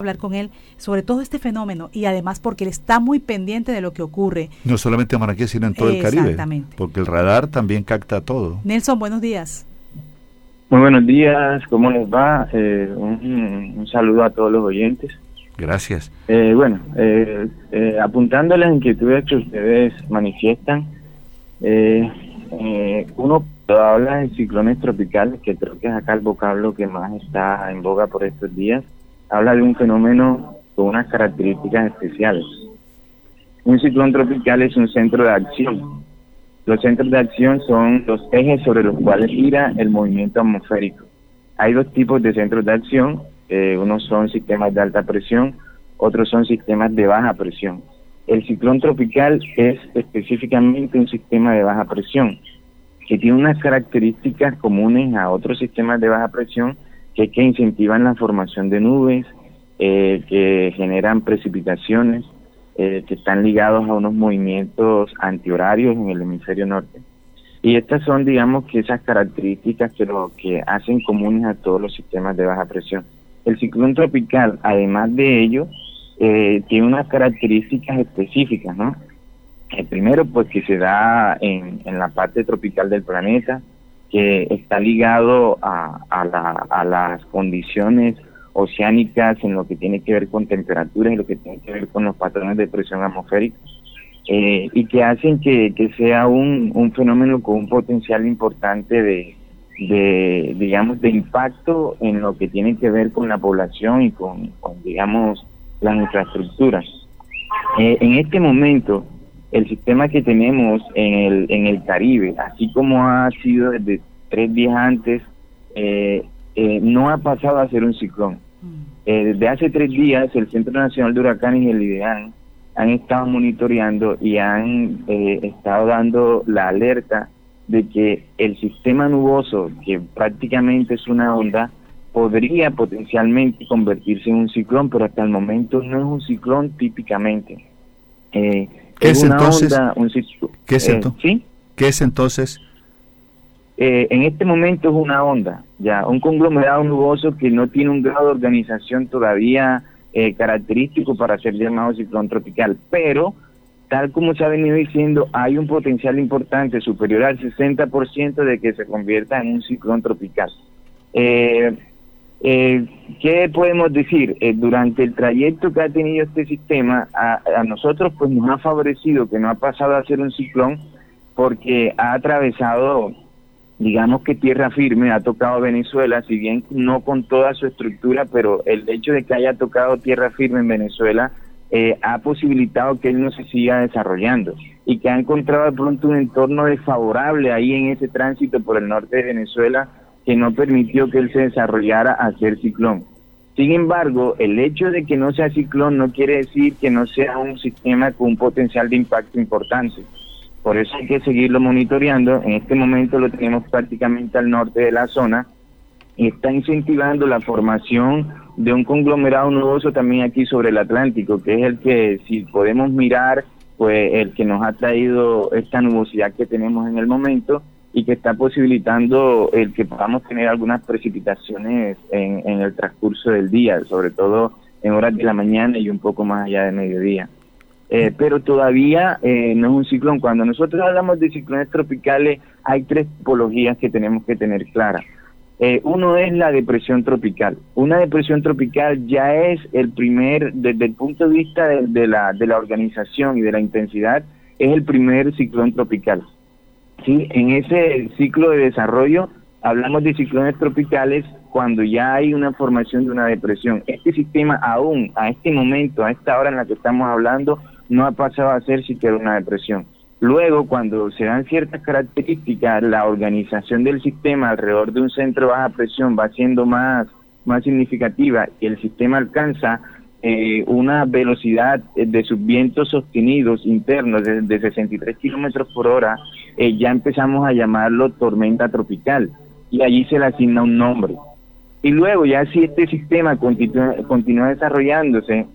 hablar con él sobre todo este fenómeno y además porque él está muy pendiente de lo que ocurre. No solamente en Barranquilla, sino en todo el Caribe. Exactamente. Porque el radar también capta todo. Nelson, buenos días. Muy buenos días, ¿cómo les va? Un saludo a todos los oyentes. Gracias. Apuntando a las inquietudes que ustedes manifiestan, uno habla de ciclones tropicales, que creo que es acá el vocablo que más está en boga por estos días. Habla de un fenómeno con unas características especiales. Un ciclón tropical es un centro de acción. Los centros de acción son los ejes sobre los cuales gira el movimiento atmosférico. Hay dos tipos de centros de acción, unos son sistemas de alta presión, otros son sistemas de baja presión. El ciclón tropical es específicamente un sistema de baja presión, que tiene unas características comunes a otros sistemas de baja presión, que incentivan la formación de nubes, que generan precipitaciones, que están ligados a unos movimientos antihorarios en el hemisferio norte. Y estas son, digamos, que esas características que hacen comunes a todos los sistemas de baja presión. El ciclón tropical, además de ello, tiene unas características específicas, ¿no? Primero, pues que se da en la parte tropical del planeta, que está ligado a las condiciones oceánicas en lo que tiene que ver con temperaturas y lo que tiene que ver con los patrones de presión atmosférica, y que hacen que sea un fenómeno con un potencial importante de impacto en lo que tiene que ver con la población y con digamos, las infraestructuras. En este momento, el sistema que tenemos en el Caribe, así como ha sido desde 3 días antes, no ha pasado a ser un ciclón. Desde hace 3 días, el Centro Nacional de Huracanes y el IDEAN han estado monitoreando y han estado dando la alerta de que el sistema nuboso, que prácticamente es una onda, podría potencialmente convertirse en un ciclón, pero hasta el momento no es un ciclón típicamente. ¿Qué es entonces? ¿Sí? ¿Qué es entonces? En este momento es una onda, ya un conglomerado nuboso que no tiene un grado de organización todavía característico para ser llamado ciclón tropical, pero tal como se ha venido diciendo, hay un potencial importante, superior al 60% de que se convierta en un ciclón tropical. ¿Qué podemos decir? Durante el trayecto que ha tenido este sistema, a nosotros pues nos ha favorecido que no ha pasado a ser un ciclón, porque ha atravesado, digamos que tierra firme, ha tocado Venezuela, si bien no con toda su estructura, pero el hecho de que haya tocado tierra firme en Venezuela ha posibilitado que él no se siga desarrollando y que ha encontrado de pronto un entorno desfavorable ahí en ese tránsito por el norte de Venezuela, que no permitió que él se desarrollara a ser ciclón. Sin embargo, el hecho de que no sea ciclón no quiere decir que no sea un sistema con un potencial de impacto importante. Por eso hay que seguirlo monitoreando. En este momento lo tenemos prácticamente al norte de la zona y está incentivando la formación de un conglomerado nuboso también aquí sobre el Atlántico, que es el que, si podemos mirar, pues el que nos ha traído esta nubosidad que tenemos en el momento y que está posibilitando el que podamos tener algunas precipitaciones en el transcurso del día, sobre todo en horas de la mañana y un poco más allá de mediodía. Pero todavía no es un ciclón. Cuando nosotros hablamos de ciclones tropicales, hay 3 tipologías que tenemos que tener claras. Uno es la depresión tropical. Una depresión tropical ya es el primer, desde el punto de vista de la organización y de la intensidad, es el primer ciclón tropical. Sí, en ese ciclo de desarrollo hablamos de ciclones tropicales cuando ya hay una formación de una depresión. Este sistema aún, a este momento, a esta hora en la que estamos hablando, no ha pasado a ser siquiera una depresión. Luego, cuando se dan ciertas características, la organización del sistema alrededor de un centro de baja presión va siendo más significativa y el sistema alcanza una velocidad de sus vientos sostenidos internos de 63 kilómetros por hora, ya empezamos a llamarlo tormenta tropical y allí se le asigna un nombre. Y luego ya si este sistema continúa desarrollándose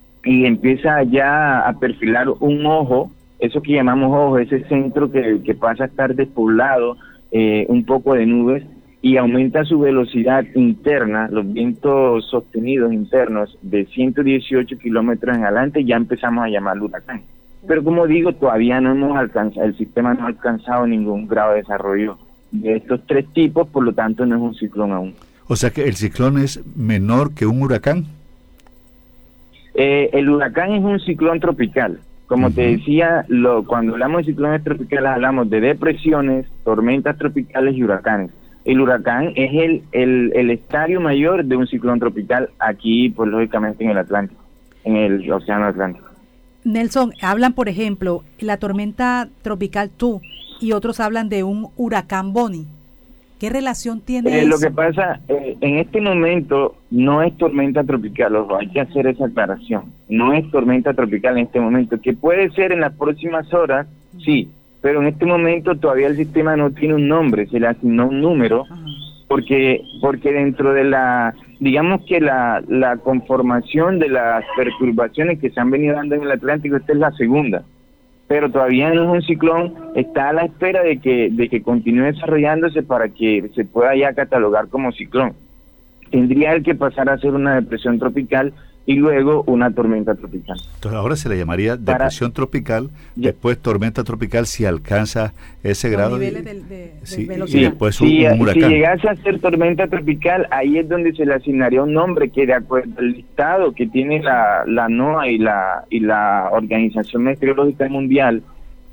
y empieza ya a perfilar un ojo, eso que llamamos ojo, ese centro que pasa a estar despoblado, un poco de nubes, y aumenta su velocidad interna, los vientos sostenidos internos de 118 kilómetros en adelante, ya empezamos a llamarlo huracán. Pero como digo, todavía no hemos alcanzado, el sistema no ha alcanzado ningún grado de desarrollo de estos tres tipos, por lo tanto no es un ciclón aún. O sea que el ciclón es menor que un huracán. El huracán es un ciclón tropical. Como te decía, cuando hablamos de ciclones tropicales hablamos de depresiones, tormentas tropicales y huracanes. El huracán es el estadio mayor de un ciclón tropical aquí, pues lógicamente en el Atlántico, en el Océano Atlántico. Nelson, hablan por ejemplo la tormenta tropical Tu y otros hablan de un huracán Bonnie. ¿Qué relación tiene eso? Lo que pasa, en este momento no es tormenta tropical, ojo, hay que hacer esa aclaración. No es tormenta tropical en este momento, que puede ser en las próximas horas, sí, pero en este momento todavía el sistema no tiene un nombre, se le asignó un número, porque dentro de digamos que la conformación de las perturbaciones que se han venido dando en el Atlántico, esta es la segunda. Pero todavía no es un ciclón, está a la espera de que continúe desarrollándose para que se pueda ya catalogar como ciclón. Tendría él que pasar a ser una depresión tropical y luego una tormenta tropical. Entonces ahora se le llamaría depresión tropical, después tormenta tropical si alcanza ese grado niveles de sí, velocidad. y después un huracán. Si llegase a ser tormenta tropical, ahí es donde se le asignaría un nombre que de acuerdo al listado que tiene la NOAA y la Organización Meteorológica Mundial,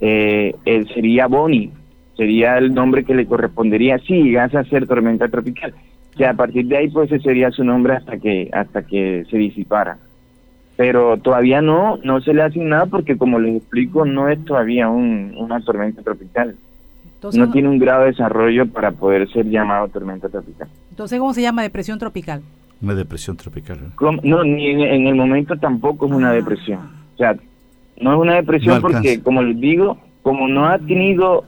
sería Bonnie, sería el nombre que le correspondería si llegase a ser tormenta tropical. Que a partir de ahí pues ese sería su nombre hasta que se disipara. Pero todavía no se le ha asignado porque, como les explico, no es todavía una tormenta tropical. Entonces, no tiene un grado de desarrollo para poder ser llamado tormenta tropical. Entonces, ¿cómo se llama? Depresión tropical. Una depresión tropical. No, ni en el momento tampoco es una depresión. O sea, no es una depresión porque, como les digo, como no ha tenido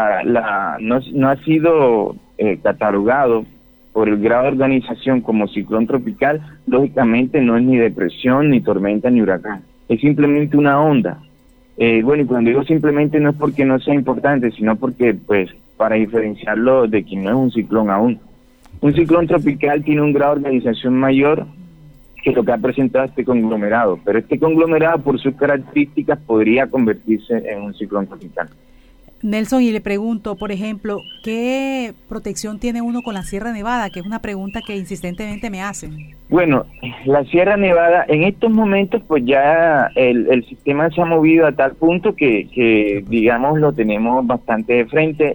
no ha sido catalogado por el grado de organización como ciclón tropical, lógicamente no es ni depresión, ni tormenta, ni huracán. Es simplemente una onda. Bueno, y cuando digo simplemente no es porque no sea importante, sino porque, pues, para diferenciarlo de que no es un ciclón aún. Un ciclón tropical tiene un grado de organización mayor que lo que ha presentado este conglomerado, pero este conglomerado, por sus características, podría convertirse en un ciclón tropical. Nelson, y le pregunto, por ejemplo, ¿qué protección tiene uno con la Sierra Nevada? Que es una pregunta que insistentemente me hacen. Bueno, la Sierra Nevada, en estos momentos, pues ya el sistema se ha movido a tal punto que digamos, lo tenemos bastante de frente.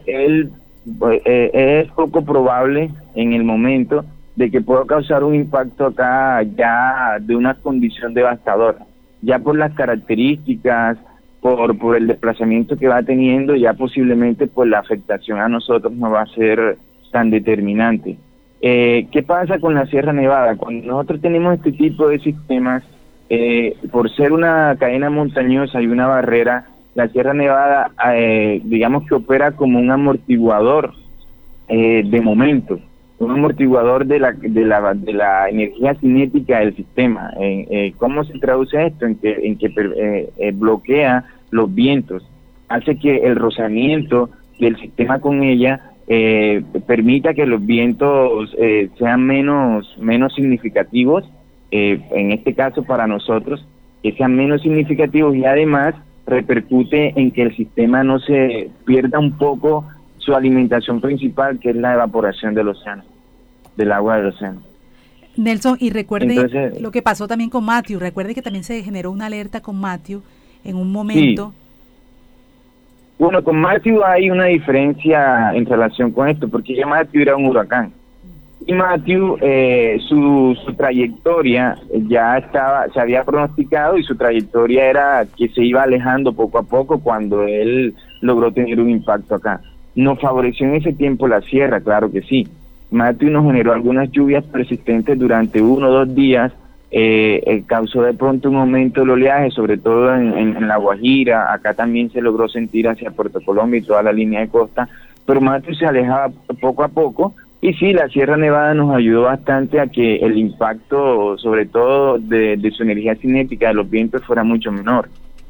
Es poco probable en el momento de que pueda causar un impacto acá ya de una condición devastadora, ya por las características, por el desplazamiento que va teniendo, ya posiblemente pues la afectación a nosotros no va a ser tan determinante. ¿Qué pasa con la Sierra Nevada? Cuando nosotros tenemos este tipo de sistemas, por ser una cadena montañosa y una barrera, la Sierra Nevada digamos que opera como un amortiguador de momento, un amortiguador de la energía cinética del sistema. ¿Cómo se traduce esto? En que bloquea los vientos, hace que el rozamiento del sistema con ella permita que los vientos sean menos significativos, en este caso para nosotros, que sean menos significativos, y además repercute en que el sistema no se pierda un poco su alimentación principal, que es la evaporación del océano, del agua del océano. Nelson, y recuerde lo que pasó también con Matthew. Recuerde que también se generó una alerta con Matthew en un momento. Sí. Bueno, con Matthew hay una diferencia en relación con esto, porque ya Matthew era un huracán. Y Matthew, su trayectoria se había pronosticado, y su trayectoria era que se iba alejando poco a poco cuando él logró tener un impacto acá. Nos favoreció en ese tiempo la sierra, claro que sí. Matthew nos generó algunas lluvias persistentes durante 1 o 2 días, causó de pronto un aumento del oleaje, sobre todo en La Guajira. Acá también se logró sentir hacia Puerto Colombia y toda la línea de costa, pero Matthew se alejaba poco a poco, y sí, la Sierra Nevada nos ayudó bastante a que el impacto, sobre todo de su energía cinética de los vientos, fuera mucho menor.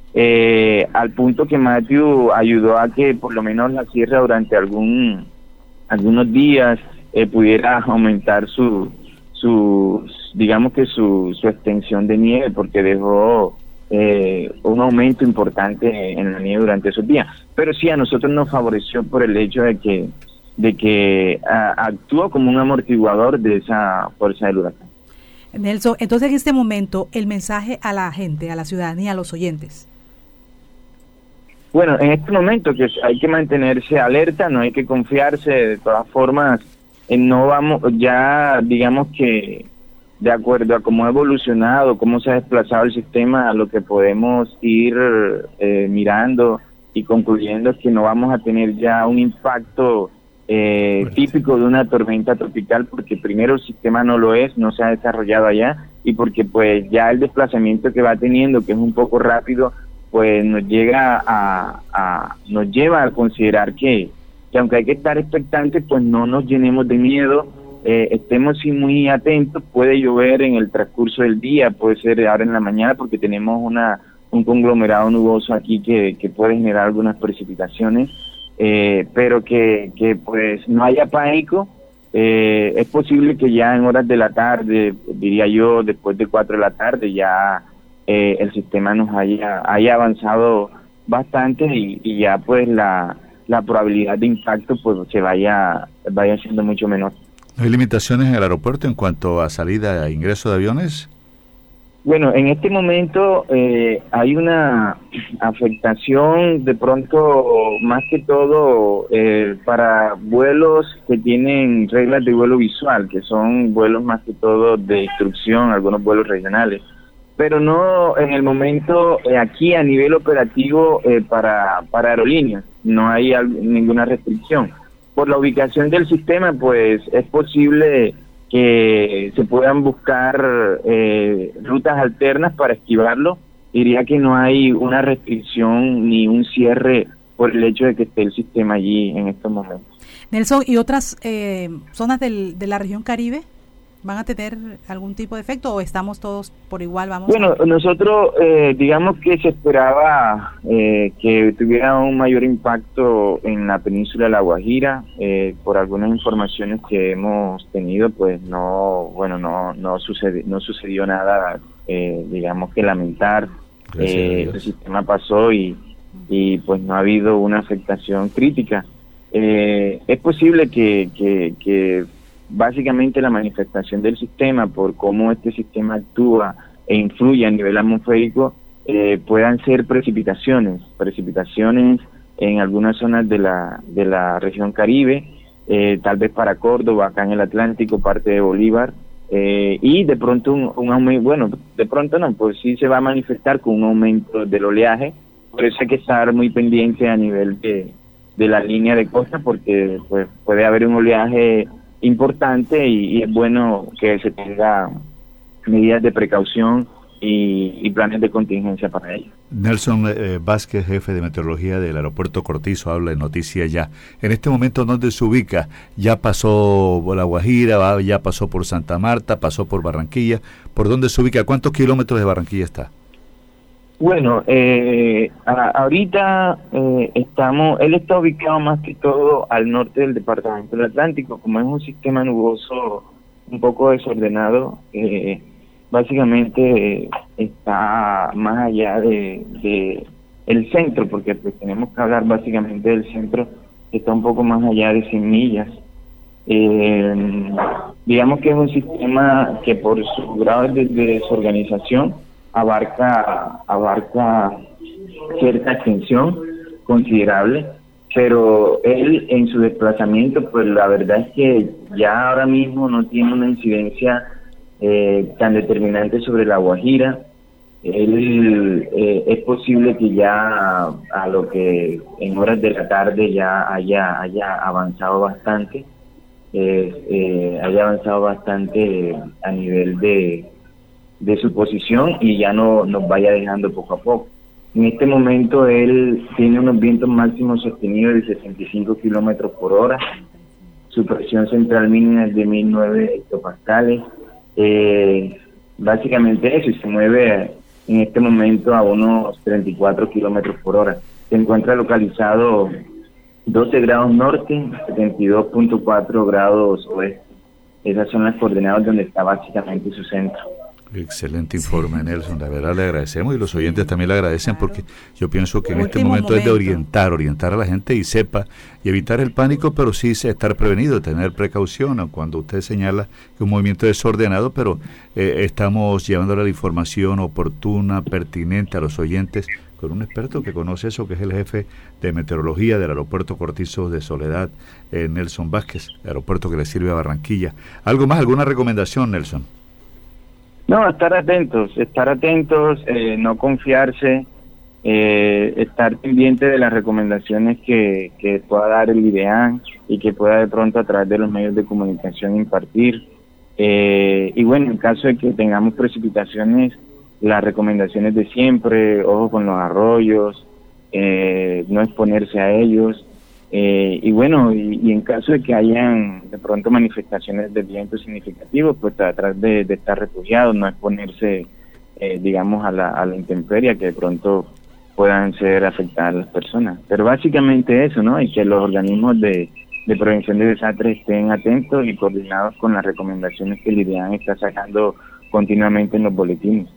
Al punto que Matthew ayudó a que por lo menos la sierra durante algunos días pudiera aumentar su digamos que su extensión de nieve, porque dejó un aumento importante en la nieve durante esos días. Pero sí, a nosotros nos favoreció por el hecho de que actuó como un amortiguador de esa fuerza del huracán. Nelson, entonces en este momento el mensaje a la gente, a la ciudadanía, a los oyentes. Bueno, en este momento que hay que mantenerse alerta, no hay que confiarse. De todas formas, no vamos, ya digamos que de acuerdo a cómo ha evolucionado, cómo se ha desplazado el sistema, a lo que podemos ir mirando y concluyendo es que no vamos a tener ya un impacto típico de una tormenta tropical, porque primero el sistema no lo es, no se ha desarrollado allá, y porque pues ya el desplazamiento que va teniendo, que es un poco rápido, pues nos lleva a considerar que aunque hay que estar expectantes, pues no nos llenemos de miedo, estemos sí muy atentos. Puede llover en el transcurso del día, puede ser ahora en la mañana, porque tenemos un conglomerado nuboso aquí que puede generar algunas precipitaciones, pero que pues no haya pánico. Es posible que ya en horas de la tarde, diría yo, después de 4 de la tarde, ya el sistema nos haya avanzado bastante y ya pues la probabilidad de impacto pues se vaya siendo mucho menor. ¿No hay limitaciones en el aeropuerto en cuanto a salida e ingreso de aviones? Bueno, en este momento hay una afectación de pronto más que todo para vuelos que tienen reglas de vuelo visual, que son vuelos más que todo de instrucción, algunos vuelos regionales, pero no en el momento aquí a nivel operativo para aerolíneas, no hay ninguna restricción. Por la ubicación del sistema, pues es posible que se puedan buscar rutas alternas para esquivarlo. Diría que no hay una restricción ni un cierre por el hecho de que esté el sistema allí en estos momentos. Nelson, ¿y otras zonas de la región Caribe van a tener algún tipo de efecto o estamos todos por igual? Nosotros digamos que se esperaba que tuviera un mayor impacto en la península de La Guajira. Por algunas informaciones que hemos tenido, pues no sucedió nada digamos que lamentar. El sistema pasó y pues no ha habido una afectación crítica. Es posible que básicamente la manifestación del sistema, por cómo este sistema actúa e influye a nivel atmosférico, puedan ser precipitaciones en algunas zonas de la región Caribe, tal vez para Córdoba, acá en el Atlántico, parte de Bolívar, y de pronto un aumento, bueno, de pronto no, pues sí se va a manifestar con un aumento del oleaje. Por eso hay que estar muy pendiente a nivel de la línea de costa, porque pues puede haber un oleaje importante y es bueno que se tenga medidas de precaución y planes de contingencia para ello. Nelson Vázquez, jefe de meteorología del aeropuerto Cortizo, habla de Noticias Ya. En este momento, ¿dónde se ubica? Ya pasó por La Guajira, ya pasó por Santa Marta, pasó por Barranquilla. ¿Por dónde se ubica? ¿Cuántos kilómetros de Barranquilla está? Bueno, ahorita él está ubicado más que todo al norte del departamento del Atlántico. Como es un sistema nuboso un poco desordenado, básicamente está más allá de el centro, porque pues tenemos que hablar básicamente del centro, que está un poco más allá de 100 millas. Digamos que es un sistema que por su grado de desorganización abarca cierta extensión considerable, pero él en su desplazamiento, pues la verdad es que ya ahora mismo no tiene una incidencia tan determinante sobre La Guajira. Él es posible que ya a lo que en horas de la tarde ya haya avanzado bastante, a nivel de su posición y ya no nos vaya dejando poco a poco. En este momento él tiene unos vientos máximos sostenidos de 65 kilómetros por hora, su presión central mínima es de 1009 hectopascales, básicamente eso, y se mueve en este momento a unos 34 kilómetros por hora. Se encuentra localizado 12 grados norte, 72.4 grados oeste. Esas son las coordenadas donde está básicamente su centro. Excelente informe, Nelson. De verdad le agradecemos y los oyentes también le agradecen, porque yo pienso que en este Último momento es de momento. orientar a la gente y sepa y evitar el pánico, pero sí estar prevenido, tener precaución cuando usted señala que un movimiento desordenado, pero estamos llevándole la información oportuna, pertinente a los oyentes con un experto que conoce eso, que es el jefe de meteorología del aeropuerto Cortizo de Soledad, Nelson Vázquez, aeropuerto que le sirve a Barranquilla. ¿Algo más, alguna recomendación, Nelson? No, estar atentos, no confiarse, estar pendiente de las recomendaciones que pueda dar el IDEAN y que pueda de pronto a través de los medios de comunicación impartir. Y bueno, en caso de que tengamos precipitaciones, las recomendaciones de siempre, ojo con los arroyos, no exponerse a ellos. Y bueno, y en caso de que hayan de pronto manifestaciones de viento significativos, pues tratar de estar refugiados, no exponerse, digamos, a la intemperie, que de pronto puedan ser afectadas las personas. Pero básicamente eso, ¿no? Y que los organismos de prevención de desastres estén atentos y coordinados con las recomendaciones que el IDEAN está sacando continuamente en los boletines.